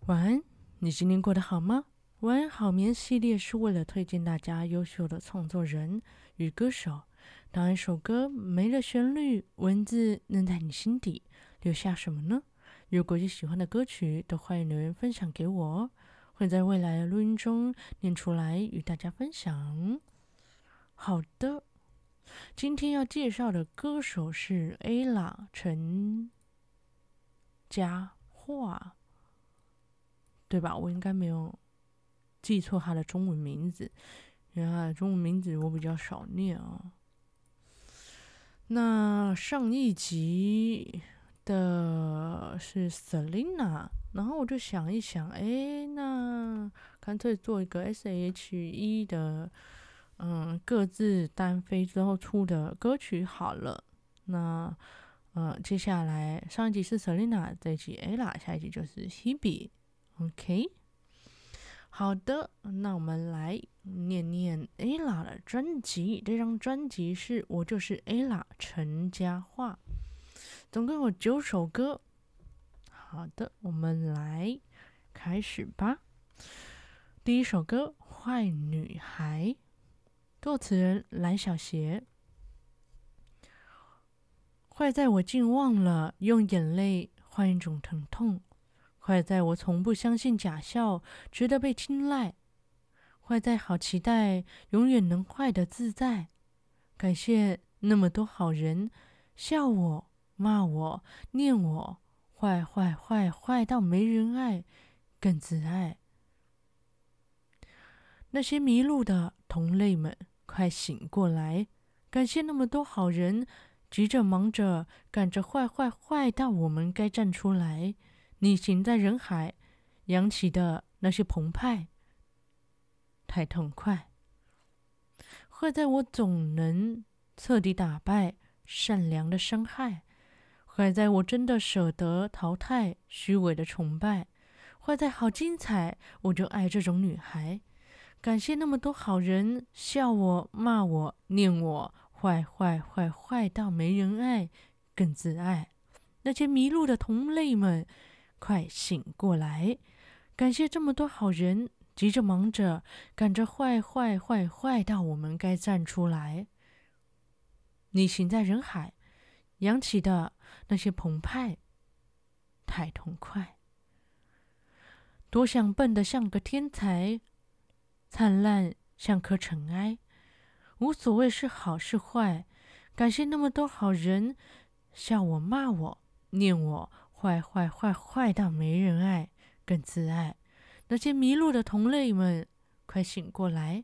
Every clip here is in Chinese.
晚安，你今天过得好吗？晚安好眠系列是为了推荐大家优秀的创作人与歌手，当一首歌没了旋律，文字能在你心底留下什么呢？如果有喜欢的歌曲，都欢迎留言分享给我哦，会在未来的录音中念出来与大家分享。好的，今天要介绍的歌手是 Ella 陈嘉桦，对吧？我应该没有记错他的中文名字，因为他的中文名字我比较少念哦。那上一集的是 Selina，然后我就想一想，那干脆做一个 S.H.E 的，各自单飞之后出的歌曲好了。那接下来上一集是 Selina，这一集 Ella， 下一集就是 Hebe。OK， 好的，那我们来念念 Ella 的专辑。这张专辑是我就是 Ella 陈嘉桦，总共有9首歌。好的，我们来开始吧。第一首歌《坏女孩》，作词人蓝小邪。坏在我竟忘了用眼泪换一种疼痛，坏在我从不相信假笑值得被青睐，坏在好期待永远能坏的自在。感谢那么多好人笑我骂我念我，坏坏坏坏到没人爱更自爱。那些迷路的同类们快醒过来，感谢那么多好人急着忙着赶着坏坏坏到我们该站出来，逆行在人海扬起的那些澎湃太痛快，坏在我总能彻底打败善良的伤害，坏在我真的舍得淘汰虚伪的崇拜，坏在好精彩我就爱这种女孩。感谢那么多好人笑我骂我念我，坏坏坏坏到没人爱更自爱。那些迷路的同类们快醒过来，感谢这么多好人急着忙着赶着坏坏坏坏到我们该站出来，逆行在人海扬起的那些澎湃太痛快，多想笨得像个天才，灿烂像颗尘埃，无所谓是好是坏，感谢那么多好人笑我骂我念我，坏坏坏坏到没人爱更自爱。那些迷路的同类们快醒过来，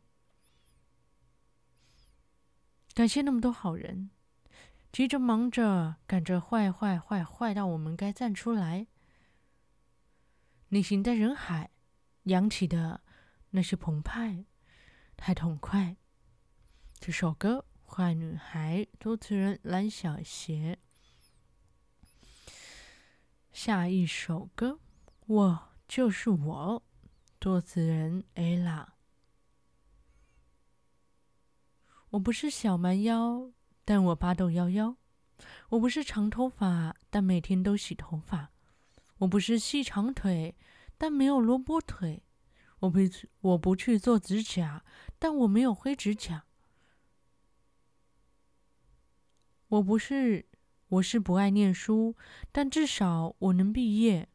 感谢那么多好人急着忙着赶着坏坏坏坏到我们该站出来，逆行在人海扬起的那些澎湃太痛快。这首歌《坏女孩》，作词人蓝小邪。下一首歌《我就是我》，作词人 Ella。我不是小蛮腰，但我八斗夭夭；我不是长头发，但每天都洗头发；我不是细长腿，但没有萝卜腿；我不去做指甲，但我没有灰指甲。我是不爱念书，但至少我能毕业。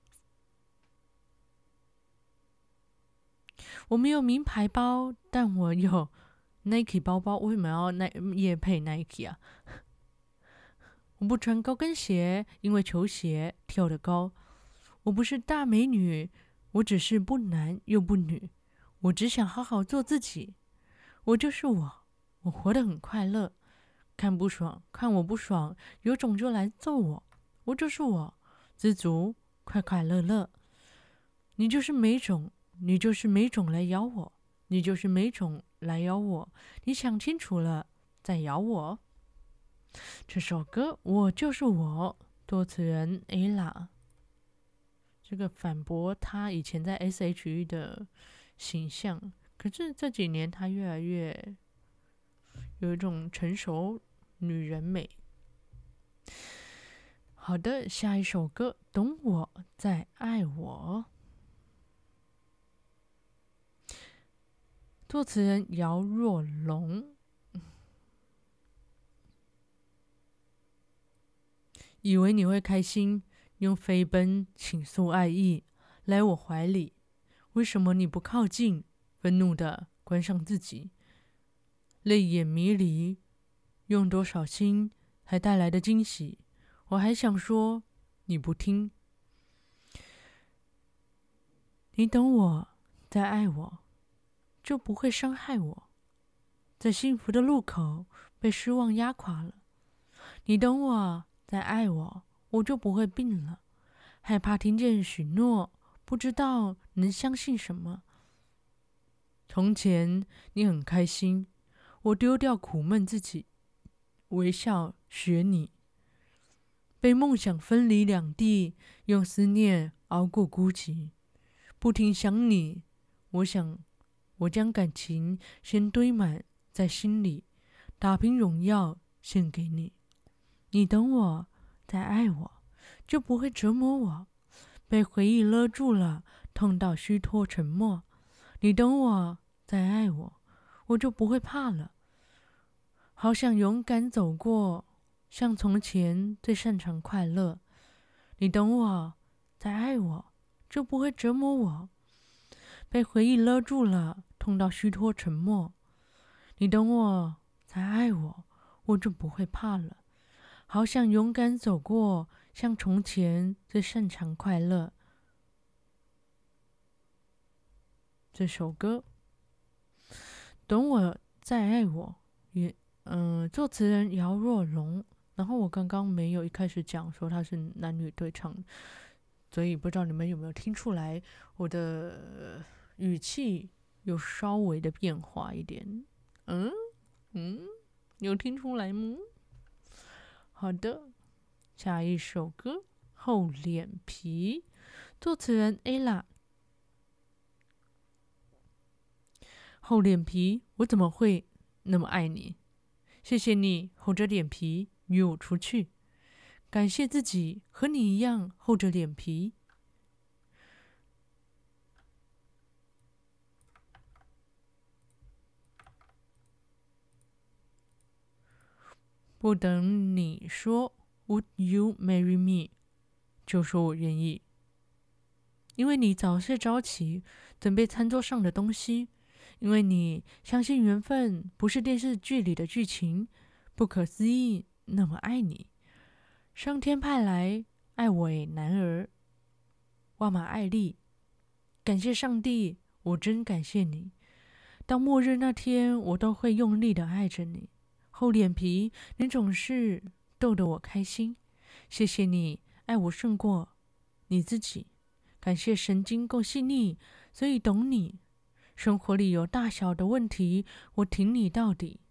我没有名牌包，但我有 Nike 包包。为什么要业配 Nike 啊？我不穿高跟鞋，因为球鞋跳得高。我不是大美女，我只是不男又不女。我只想好好做自己。我就是我，我活得很快乐。看我不爽，有种就来揍我。我就是我，知足，快快乐乐。你就是没种，你就是没种来咬我，你就是没种来咬我。你想清楚了再咬我。这首歌《我就是我》，作词人 Ella。这个反驳他以前在 S.H.E 的形象，可是这几年他越来越有一种成熟女人美。好的，下一首歌《懂我再爱我》。 作词人姚若龙。以为你会开心，用飞奔倾诉爱意，来我怀里。为什么你不靠近？愤怒地关上自己，泪眼迷离。用多少心才带来的惊喜？我还想说，你不听。你等我，再爱我，就不会伤害我。在幸福的路口被失望压垮了。你等我，再爱我，我就不会病了。害怕听见许诺，不知道能相信什么。从前你很开心，我丢掉苦闷自己，微笑学你。被梦想分离两地，用思念熬过孤寂。不停想你，我想我将感情先堆满在心里，打拼荣耀献给你。你等我，再爱我，就不会折磨我。被回忆勒住了，痛到虚脱沉默。你等我，再爱我，我就不会怕了。好想勇敢走过，像从前最擅长快乐。你等我，再爱我，就不会折磨我。被回忆勒住了，痛到虚脱沉默。你等我，再爱我，我就不会怕了。好想勇敢走过，像从前最擅长快乐。这首歌，等我再爱我，作词人姚若龙。然后我刚刚没有一开始讲说他是男女对唱，所以不知道你们有没有听出来我的语气有稍微的变化一点。有听出来吗？好的，下一首歌《厚脸皮》，作词人 Ella。厚脸皮，我怎么会那么爱你？谢谢你厚着脸皮约我出去，感谢自己和你一样厚着脸皮。不等你说 Would you marry me， 就说我愿意。因为你早睡早起准备餐桌上的东西，因为你相信缘分不是电视剧里的剧情，不可思议那么爱你。上天派来爱我的男儿，哇玛艾丽。感谢上帝，我真感谢你。到末日那天，我都会用力的爱着你。厚脸皮，你总是逗得我开心。谢谢你爱我胜过你自己。感谢神经够细腻，所以懂你。生活里有大小的问题，我挺你到底。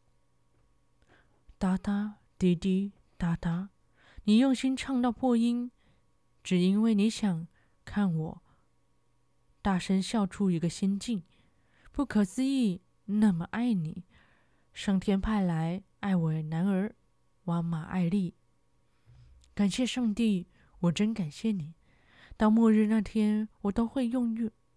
哒哒滴滴哒哒，你用心唱到破音，只因为你想看我大声笑出一个仙境。不可思议那么爱你，上天派来爱我的男儿，哇玛艾丽。感谢上帝，我真感谢你。到末日那天，我都会用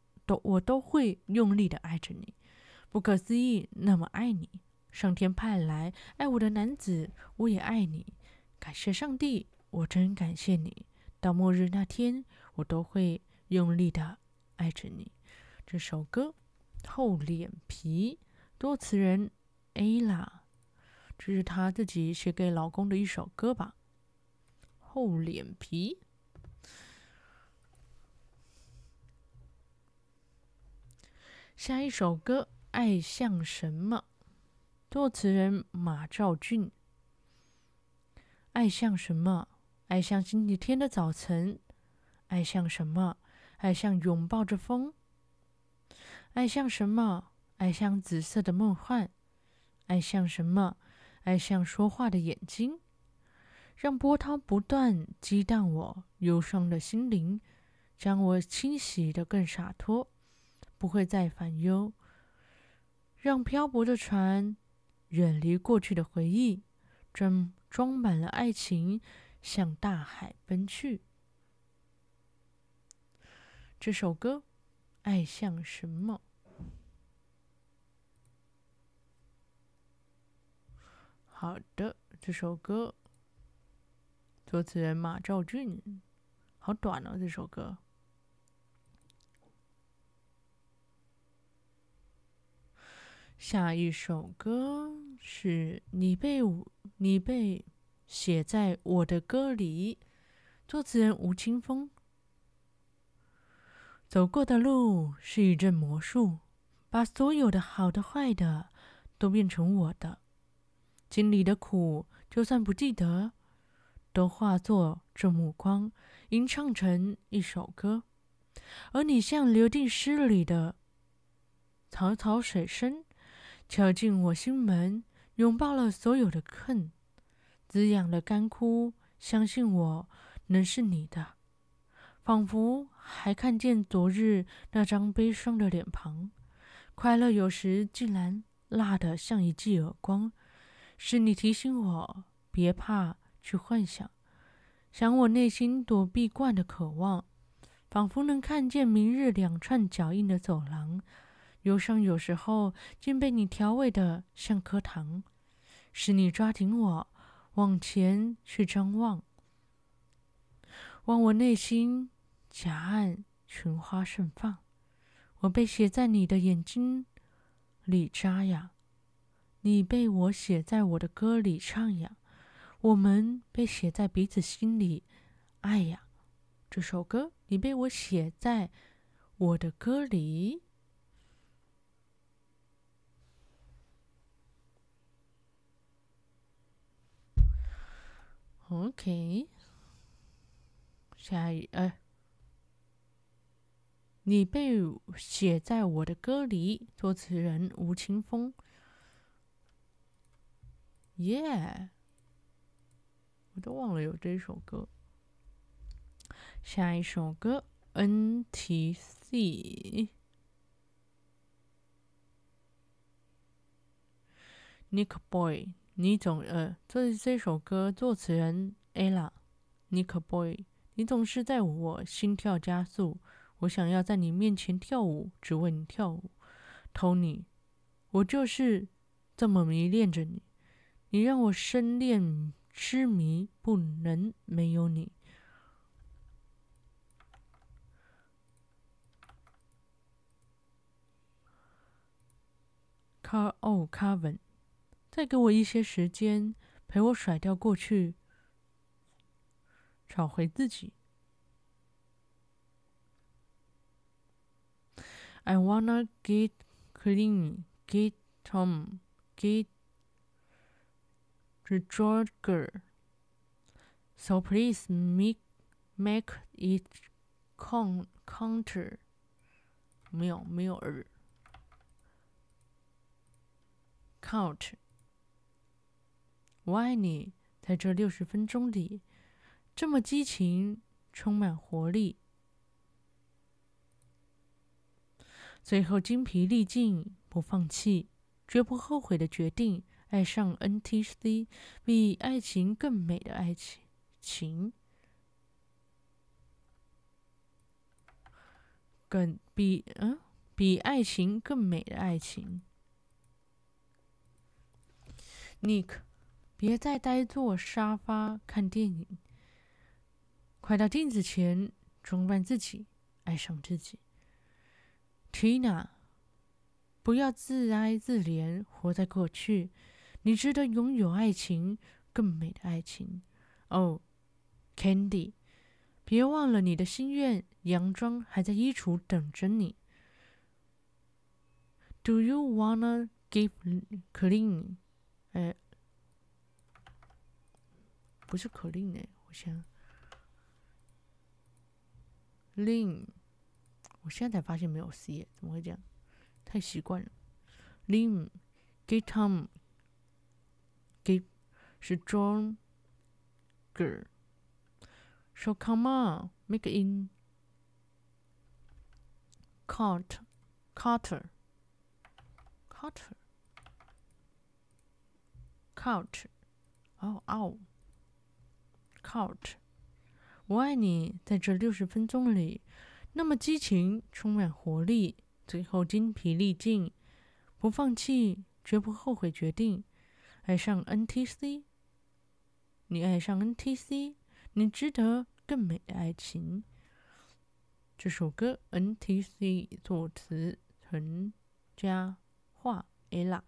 力的爱着你。不可思议那么爱你，上天派来爱我的男子，我也爱你。感谢上帝，我真感谢你。到末日那天，我都会用力的爱着你。这首歌厚脸皮，作词人 Ella， 这是她自己写给老公的一首歌吧。厚脸皮。下一首歌《爱像什么》，作词人马兆骏。爱像什么？爱像星期天的早晨。爱像什么？爱像拥抱着风。爱像什么？爱像紫色的梦幻。爱像什么？爱像说话的眼睛。让波涛不断激荡我忧伤的心灵，将我清洗得更洒脱，不会再烦忧。让漂泊的船远离过去的回忆，装满了爱情，向大海奔去。这首歌《爱像什么》。 好的，这首歌作词人马兆骏，好短哦，这首歌。下一首歌是你被写在我的歌里，作词人吴青峰。走过的路是一阵魔术，把所有的好的坏的都变成我的，经历的苦就算不记得，都化作这目光，吟唱成一首歌。而你像流进诗里的草草水声，敲进我心门，拥抱了所有的恨，滋养了干枯，相信我能是你的。仿佛还看见昨日那张悲伤的脸庞，快乐有时竟然辣得像一记耳光。是你提醒我别怕去幻想，想我内心躲避惯的渴望，仿佛能看见明日两串脚印的走廊。忧伤有时候竟被你调味的像颗糖，是你抓紧我往前去张望，望我内心夹岸群花盛放。我被写在你的眼睛里眨呀，你被我写在我的歌里唱呀，我们被写在彼此心里爱呀。这首歌你被我写在我的歌里。OK， 下一你被写在我的歌里，作词人吴青峰。耶，我都忘了有这首歌。下一首歌 NTC Nick Boy， 你总这首歌作词人 Ella Nick Boy， 你总是在我心跳加速，我想要在你面前跳舞，只为你跳舞。Tony， 我就是这么迷恋着你，你让我深恋痴迷，不能没有你。Carvin， 再给我一些时间，陪我甩掉过去，找回自己。I wanna get clean, get Tom, get the George. So please make it counter. 没有儿。Count， 我爱你，在这60分钟里，这么激情，充满活力。最后精疲力尽，不放弃，绝不后悔的决定，爱上 NTC， 比爱情更美的爱情，比爱情更美的爱情。Nick， 别再呆坐沙发看电影，快到镜子前装扮自己，爱上自己。Tina， 不要自哀自怜，活在过去，你值得拥有爱情，更美的爱情。Candy， 别忘了你的心愿，洋装还在衣橱等着你。Do you wanna get clean？不是可令我想 Lin， 我现在才发现没有 C， 怎么会这样？太习惯了。Lin get Tom get 是 John girl， so come on make in Carter Couch， 我爱你，在这60分钟里，那么激情，充满活力，最后精疲力尽，不放弃，绝不后悔决定， 爱上 NTC， 你爱上 NTC， 你值得更美的爱情。这首歌 NTC 作词陈嘉桦 Ella。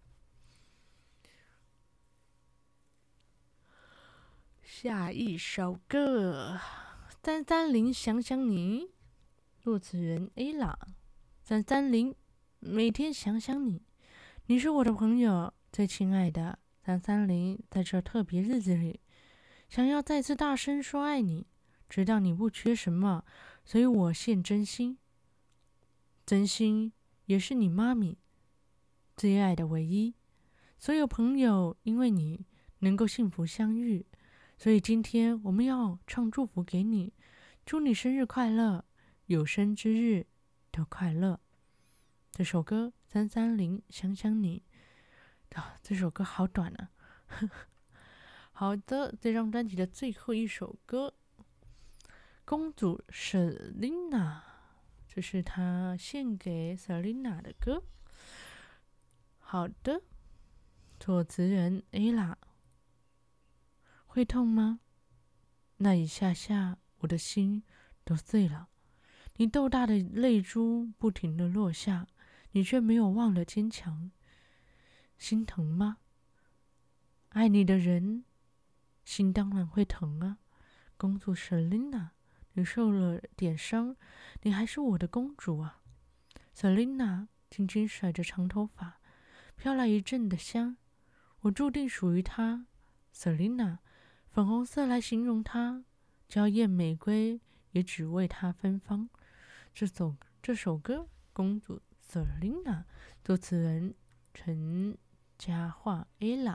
下一首歌330想想你，作词人 Ella。330每天想想你，你是我的朋友，最亲爱的330，在这特别日子里，想要再次大声说爱你，知道你不缺什么，所以我献真心。真心也是你妈咪最爱的唯一。所有朋友因为你能够幸福相遇，所以今天我们要唱祝福给你，祝你生日快乐，有生之日都快乐。这首歌330想想你。这首歌好短啊。好的，这张专辑的最后一首歌，公主 Selina， 这是他献给 Selina 的歌。好的，作词人 Ella。会痛吗？那一下下我的心都碎了。你豆大的泪珠不停地落下，你却没有忘了坚强。心疼吗？爱你的人心当然会疼啊。公主 Selina， 你受了点伤，你还是我的公主啊。Selina 轻轻甩着长头发，飘来一阵的香。我注定属于她。Selina， 粉红色来形容她，娇艳玫瑰也只为她芬芳。这首歌《公主 Selina》，作词人陈嘉桦 Ella。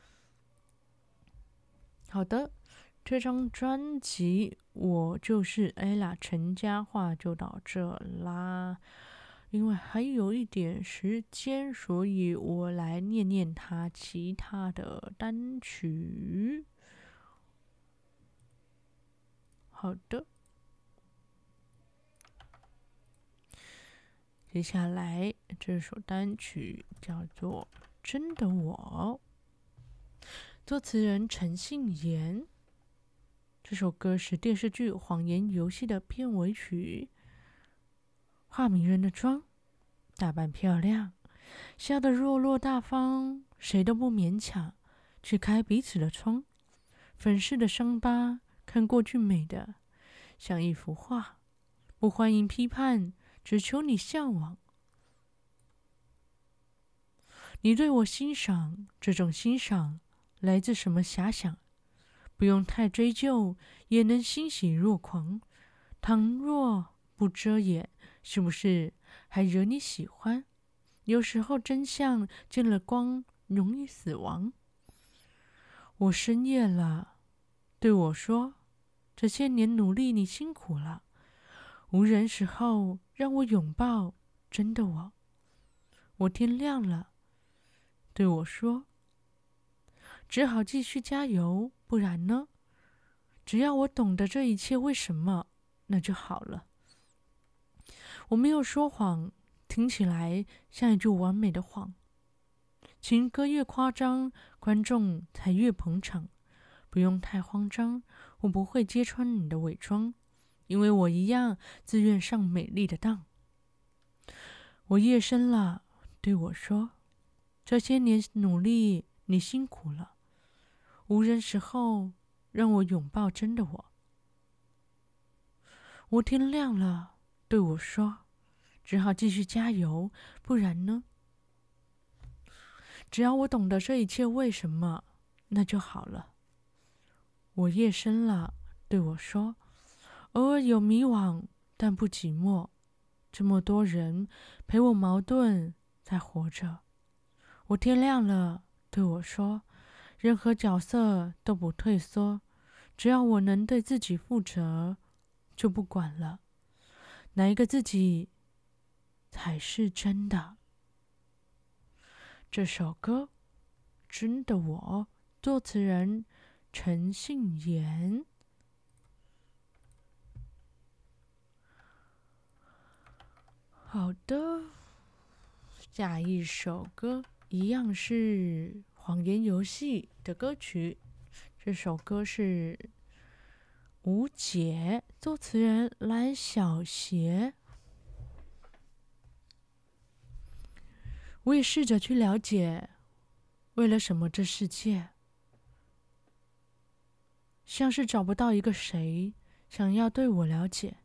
好的，这张专辑我就是 Ella 陈嘉桦就到这啦。因为还有一点时间，所以我来念念他其他的单曲。好的，接下来这首单曲叫做《真的我》，作词人陈信妍。这首歌是电视剧《谎言游戏》的片尾曲。化名人的妆，打扮漂亮，笑得落落大方，谁都不勉强去开彼此的窗。粉饰的伤疤，看过去美的像一幅画，不欢迎批判，只求你向往。你对我欣赏，这种欣赏来自什么遐想？不用太追究，也能欣喜若狂。倘若不遮掩，是不是还惹你喜欢？有时候真相见了光，容易死亡。我深夜了，对我说，这些年努力你辛苦了。无人时候，让我拥抱真的我。我天亮了，对我说，只好继续加油，不然呢？只要我懂得这一切为什么，那就好了。我没有说谎，听起来像一句完美的谎。情歌越夸张，观众才越捧场。不用太慌张，我不会揭穿你的伪装，因为我一样自愿上美丽的当。我夜深了，对我说，这些年努力你辛苦了。无人时候，让我拥抱真的我。我天亮了，对我说，只好继续加油，不然呢？只要我懂得这一切为什么，那就好了。我夜深了，对我说，偶尔有迷惘，但不寂寞。这么多人陪我矛盾，才活着。我天亮了，对我说，任何角色都不退缩，只要我能对自己负责，就不管了。哪一个自己才是真的？这首歌真的我，作词人陈信妍。好的，下一首歌一样是谎言游戏的歌曲。这首歌是无解，作词人蓝小邪。我也试着去了解，为了什么这世界像是找不到一个谁想要对我了解。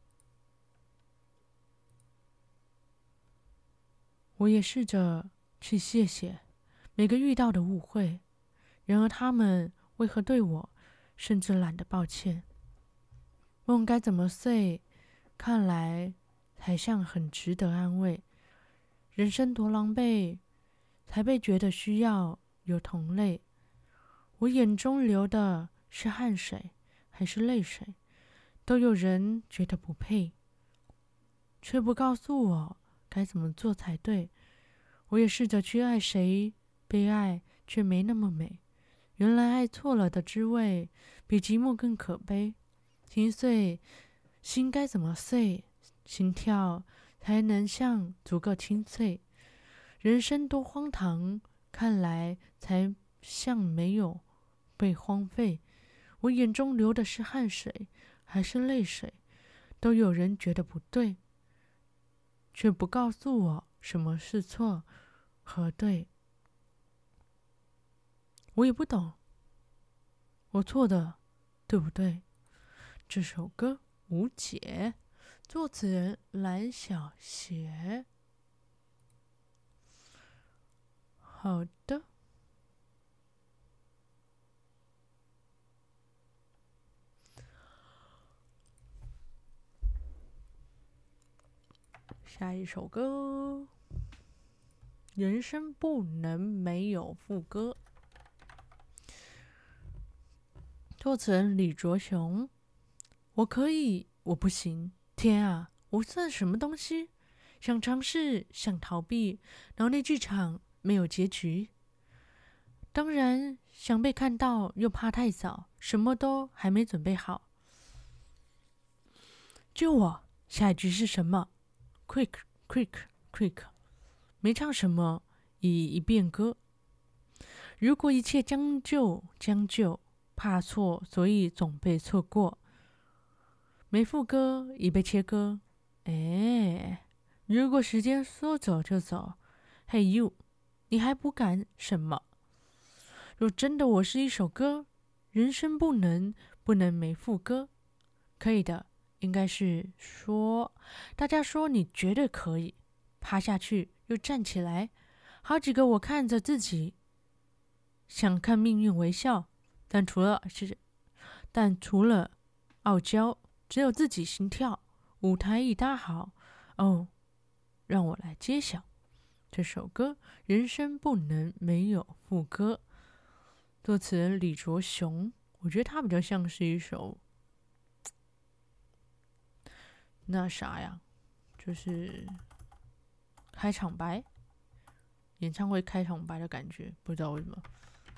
我也试着去谢谢每个遇到的误会，然而他们为何对我甚至懒得抱歉？梦该怎么碎？看来才像很值得安慰。人生多狼狈，才被觉得需要有同类。我眼中流的是汗水还是泪水，都有人觉得不配，却不告诉我该怎么做才对。我也试着去爱谁，被爱却没那么美。原来爱错了的滋味，比寂寞更可悲。心碎，心该怎么碎？心跳才能像足够清脆。人生多荒唐，看来才像没有被荒废。我眼中流的是汗水还是泪水，都有人觉得不对，却不告诉我什么是错和对。我也不懂，我错的对不对？这首歌无解，作词人蓝小邪。好的，下一首歌，人生不能没有副歌。作词人李卓雄。我可以，我不行。天啊，我算什么东西？想尝试，想逃避，脑内剧场没有结局。当然，想被看到，又怕太早，什么都还没准备好。救我！下一句是什么 ？Quick, quick, quick。没唱什么，已一遍歌。如果一切将就，将就，怕错，所以总被错过。没副歌，已被切割。如果时间说走就走 ，Hey you， 你还不敢什么？若真的我是一首歌，人生不能没副歌。可以的，应该是说，大家说你绝对可以，趴下去又站起来。好几个我看着自己，想看命运微笑，但除了傲娇。只有自己心跳，舞台已搭好，哦，让我来揭晓。这首歌人生不能没有副歌，作词人李卓雄。我觉得他比较像是一首那啥呀，就是开场白，演唱会开场白的感觉，不知道为什么。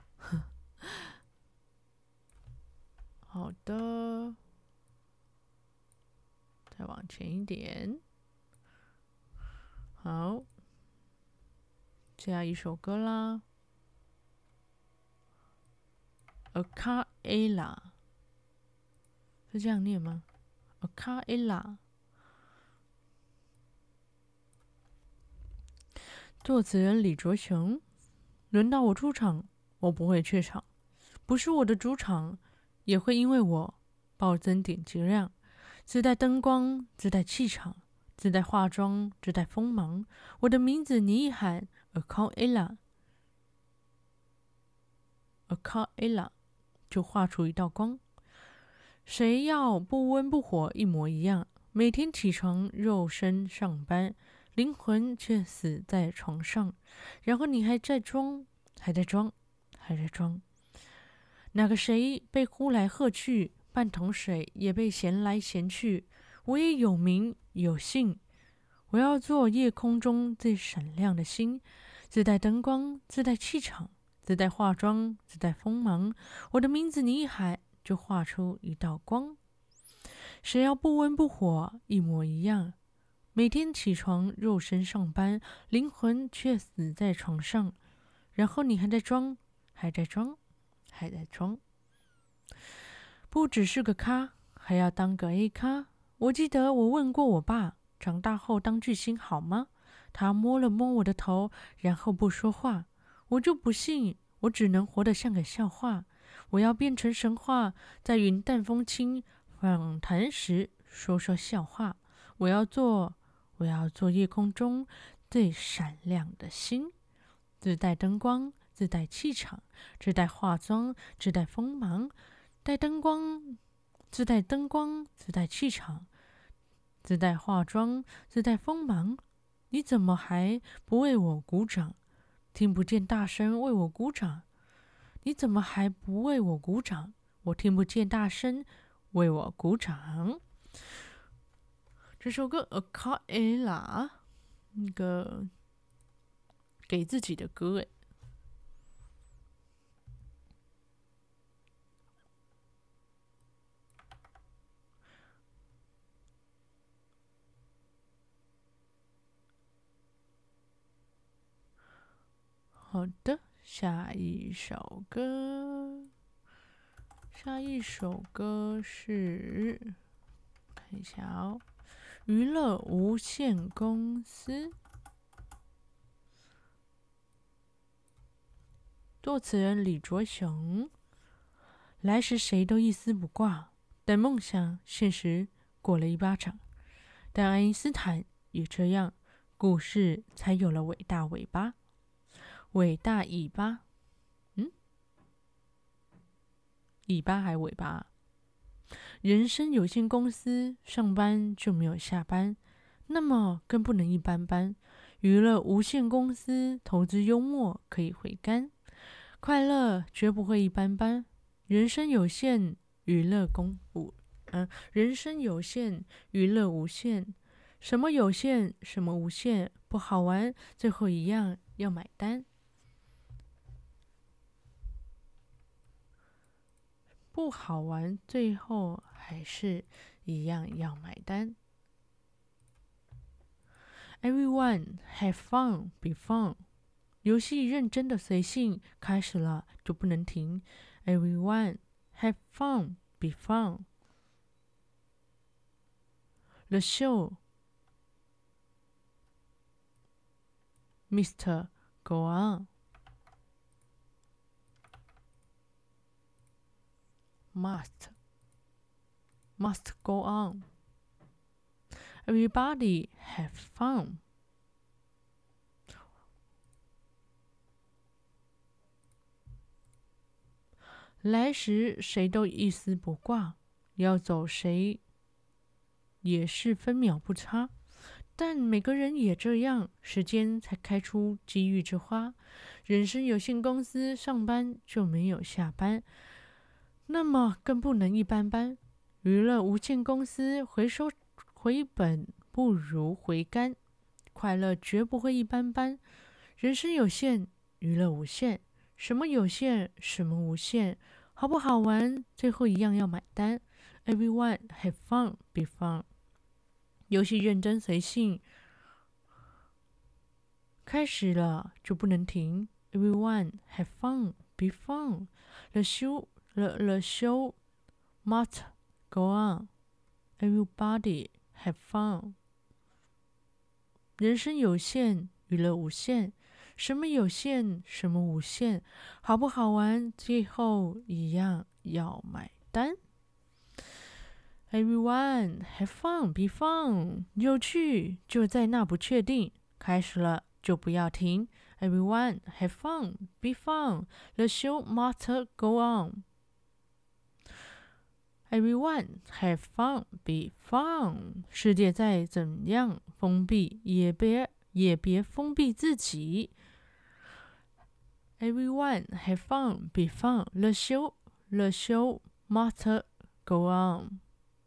好的，再往前一点。好，下一首歌啦。Acaella 是这样念吗 ？Acaella， 作词人李卓雄。轮到我出场，我不会怯场，不是我的主场，也会因为我暴增点击量。自带灯光，自带气场，自带化妆，自带锋芒。我的名字你一喊 Acaella， 就画出一道光。谁要不温不火一模一样？每天起床肉身上班，灵魂却死在床上。然后你还在装，还在装，还在装。那个谁被呼来喝去，半桶水也被嫌来嫌去。我也有名有姓，我要做夜空中最闪亮的星，自带灯光，自带气场，自带化妆，自带锋芒。我的名字你一喊，就画出一道光。谁要不温不火一模一样？每天起床肉身上班，灵魂却死在床上。 然后你还在装，还在装，还在装。不只是个咖，还要当个 A 咖。我记得我问过我爸，长大后当巨星好吗？他摸了摸我的头，然后不说话。我就不信，我只能活得像个笑话。我要变成神话，在云淡风轻访谈时说说笑话。我要做夜空中最闪亮的星，自带灯光，自带气场，自带化妆，自带锋芒，自带灯光，自带气场，自带化妆，自带锋芒。你怎么还不为我鼓掌？听不见大声为我鼓掌？你怎么还不为我鼓掌？我听不见大声为我鼓掌。这首歌 A Cappella， 那个给自己的歌诶。好的，下一首歌是，看一下哦，娱乐无限公司，作词人李卓雄。来时谁都一丝不挂，但梦想现实过了一巴掌。但爱因斯坦也这样，故事才有了伟大尾巴。伟大尾巴，尾巴还尾巴？人生有限公司，上班就没有下班，那么更不能一般般。娱乐无限公司，投资幽默可以回甘，快乐绝不会一般般。人生有限，人生有限，娱乐无限。什么有限，什么无限，不好玩，最后一样要买单。不好玩，最后还是一样要买单。Everyone have fun, be fun。游戏认真的随性，开始了就不能停。Everyone have fun, be fun。The show Mr. Go on. Must go on. Everybody have fun. 来时谁都一丝不挂，要走谁也是分秒不差。但每个人也这样，时间才开出机遇之花。人生有限公司，上班就没有下班，那么更不能一般般。娱乐无限公司，回本不如回甘，快乐绝不会一般般。人生有限，娱乐无限，什么有限，什么无限，好不好玩，最后一样要买单。Everyone have fun, be fun。游戏认真随性，开始了就不能停。Everyone have fun, be fun. The show must go on. Everybody have fun. 人生有限，娱乐无限，什么有限，什么无限，好不好玩，最后一样要买单。Everyone have fun, be fun。有趣就在那不确定，开始了就不要停。Everyone have fun, be fun. The show must go on. Everyone have fun, be fun。世界再怎样封闭，也别封闭自己。Everyone have fun, be fun. The show must go on.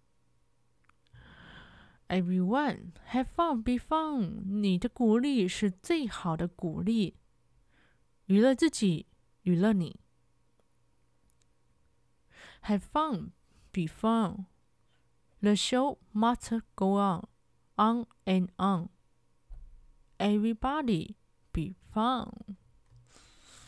Everyone have fun, be fun。你的鼓励是最好的鼓励，娱乐自己，娱乐你。Have fun, be fun。The show must go on, on and on. Everybody be fun。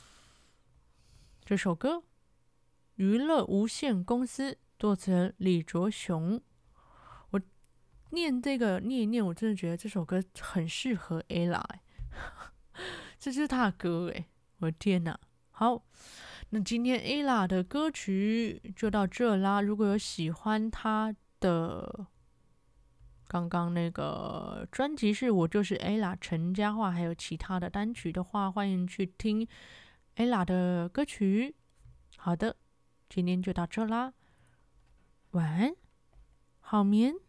这首歌，娱乐无限公司，作词李卓雄。我念这个念一念，我真的觉得这首歌很适合 ella，这就是他的歌哎，我的天哪！好，那今天 ella 的歌曲就到这啦。如果有喜欢他的刚刚那个专辑是我就是 ella 陈嘉桦，还有其他的单曲的话，欢迎去听 ella 的歌曲。好的，今天就到这啦，晚安，好眠。